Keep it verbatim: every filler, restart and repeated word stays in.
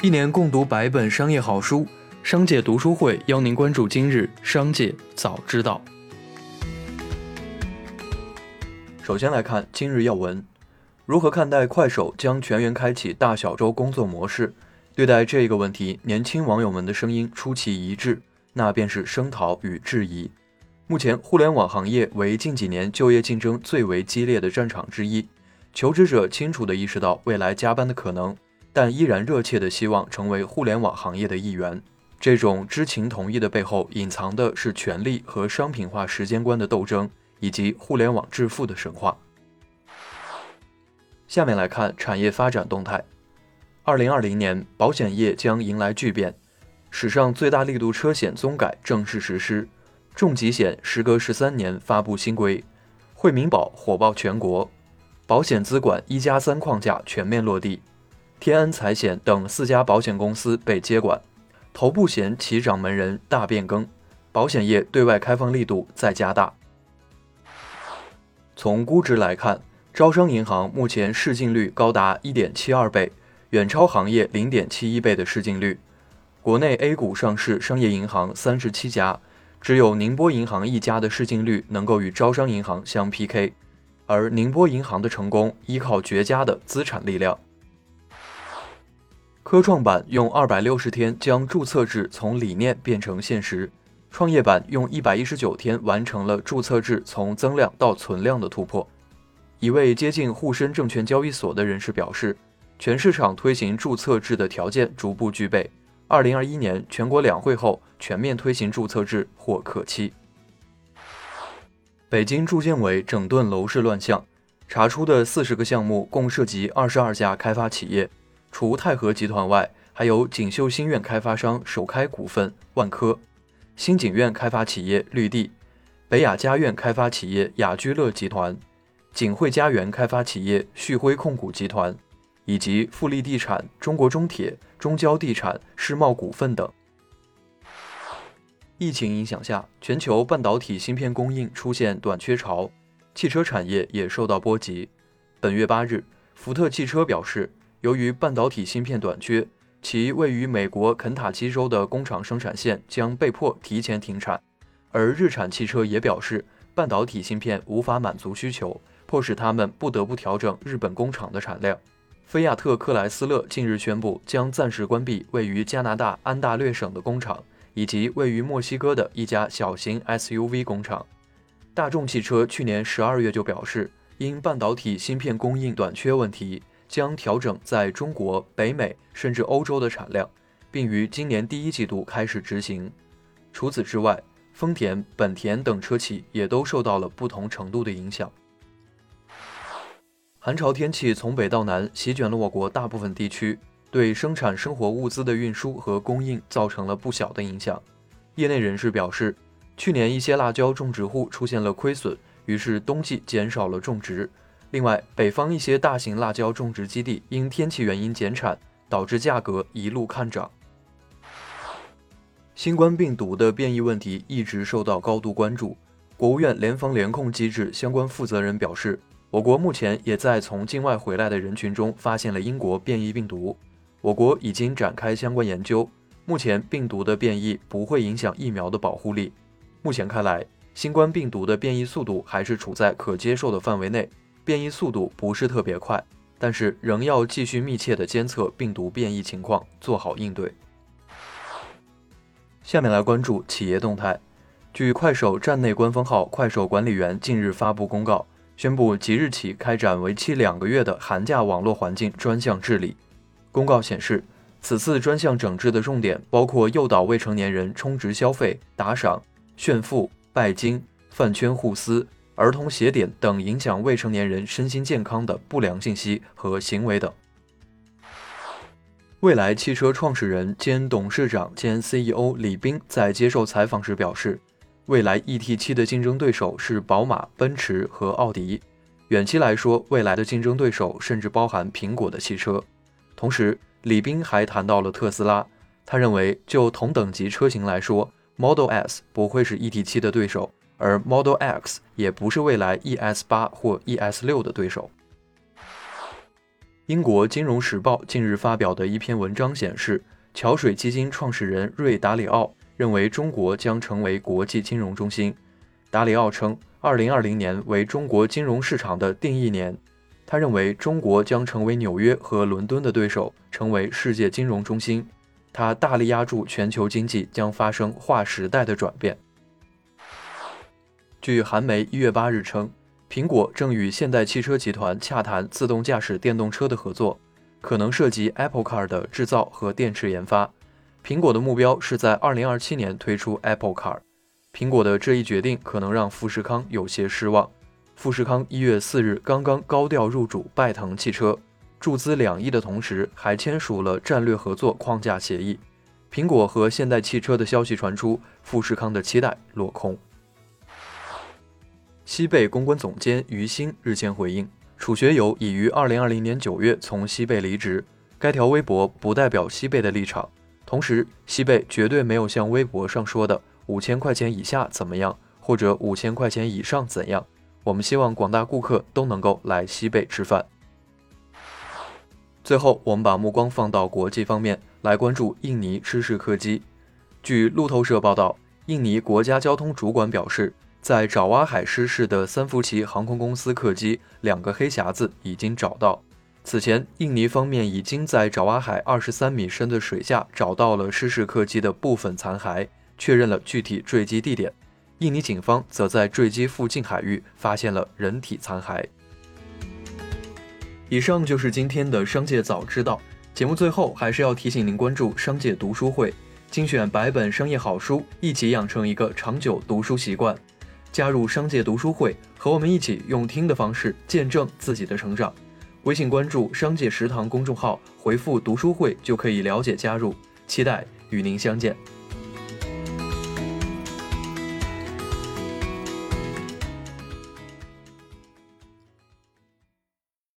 一年共读百本商业好书，商界读书会邀您关注今日商界早知道。首先来看今日要闻，如何看待快手将全员开启大小周工作模式？对待这个问题，年轻网友们的声音出奇一致，那便是声讨与质疑。目前，互联网行业为近几年就业竞争最为激烈的战场之一，求职者清楚地意识到未来加班的可能，但依然热切地希望成为互联网行业的一员。这种知情同意的背后，隐藏的是权力和商品化时间观的斗争，以及互联网致富的神话。下面来看产业发展动态。二零二零年，保险业将迎来巨变，史上最大力度车险综改正式实施，重疾险时隔十三年发布新规，惠民保火爆全国，保险资管一加三框架全面落地，天安财险等四家保险公司被接管，头部险企掌门人大变更，保险业对外开放力度再加大。从估值来看，招商银行目前市净率高达 一点七二倍，远超行业 零点七一倍的市净率。国内 A 股上市商业银行三十七家，只有宁波银行一家的市净率能够与招商银行相 P K， 而宁波银行的成功依靠绝佳的资产力量。科创板用二百六十天将注册制从理念变成现实，创业板用一百一十九天完成了注册制从增量到存量的突破。一位接近沪深证券交易所的人士表示，全市场推行注册制的条件逐步具备，二零二一年全国两会后全面推行注册制或可期。北京住建委整顿楼市乱象，查出的四十个项目共涉及二十二家开发企业，除泰禾集团外，还有锦绣新苑开发商首开股份万科、新景苑开发企业绿地、北雅家苑开发企业雅居乐集团、景汇家园开发企业旭辉控股集团，以及富力地产、中国中铁、中交地产、世茂股份等。疫情影响下，全球半导体芯片供应出现短缺潮，汽车产业也受到波及。本月八日，福特汽车表示，由于半导体芯片短缺，其位于美国肯塔基州的工厂生产线将被迫提前停产。而日产汽车也表示，半导体芯片无法满足需求，迫使他们不得不调整日本工厂的产量。菲亚特克莱斯勒近日宣布将暂时关闭位于加拿大安大略省的工厂，以及位于墨西哥的一家小型 S U V 工厂。大众汽车去年十二月就表示，因半导体芯片供应短缺问题，将调整在中国、北美甚至欧洲的产量，并于今年第一季度开始执行。除此之外，丰田、本田等车企也都受到了不同程度的影响。寒潮天气从北到南席卷了我国大部分地区，对生产生活物资的运输和供应造成了不小的影响。业内人士表示，去年一些辣椒种植户出现了亏损，于是冬季减少了种植。另外，北方一些大型辣椒种植基地因天气原因减产，导致价格一路看涨。新冠病毒的变异问题一直受到高度关注。国务院联防联控机制相关负责人表示，我国目前也在从境外回来的人群中发现了英国变异病毒，我国已经展开相关研究，目前病毒的变异不会影响疫苗的保护力。目前看来，新冠病毒的变异速度还是处在可接受的范围内，变异速度不是特别快，但是仍要继续密切地监测病毒变异情况，做好应对。下面来关注企业动态。据快手站内官方号快手管理员近日发布公告，宣布即日起开展为期两个月的寒假网络环境专项治理。公告显示，此次专项整治的重点包括诱导未成年人充值消费、打赏、炫富、拜金、饭圈互撕、儿童鞋点等影响未成年人身心健康的不良信息和行为等。蔚来汽车创始人兼董事长兼 C E O 李斌在接受采访时表示，蔚来 E T 七 的竞争对手是宝马、奔驰和奥迪，远期来说，蔚来的竞争对手甚至包含苹果的汽车。同时，李斌还谈到了特斯拉，他认为就同等级车型来说， Model S 不会是 E T 七 的对手，而 Model X 也不是蔚来 E S 八 或 E S 六的对手。 英国《金融时报》近日发表的一篇文章显示，桥水基金创始人瑞达里奥认为中国将成为国际金融中心。达里奥称，二零二零年为中国金融市场的定义年。他认为中国将成为纽约和伦敦的对手，成为世界金融中心。他大力压住全球经济将发生划时代的转变。据韩媒一月八日称，苹果正与现代汽车集团洽谈自动驾驶电动车的合作，可能涉及 Apple Car 的制造和电池研发。苹果的目标是在二零二七年推出 Apple Car。苹果的这一决定可能让富士康有些失望。富士康一月四日刚刚高调入主拜腾汽车，注资两亿的同时，还签署了战略合作框架协议。苹果和现代汽车的消息传出，富士康的期待落空。西贝公关总监于鑫日前回应，楚学友已于二零二零年九月从西贝离职，该条微博不代表西贝的立场。同时，西贝绝对没有像微博上说的五千块钱以下怎么样，或者五千块钱以上怎样。我们希望广大顾客都能够来西贝吃饭。最后，我们把目光放到国际方面，来关注印尼失事客机。据路透社报道，印尼国家交通主管表示，在爪哇海失事的三福奇航空公司客机两个黑匣子已经找到。此前，印尼方面已经在爪哇海二十三米深的水下找到了失事客机的部分残骸，确认了具体坠机地点。印尼警方则在坠机附近海域发现了人体残骸。以上就是今天的商界早知道。节目最后还是要提醒您关注商界读书会，精选百本商业好书，一起养成一个长久读书习惯。加入商界读书会，和我们一起用听的方式见证自己的成长。微信关注商界食堂公众号，回复读书会就可以了解加入，期待与您相见。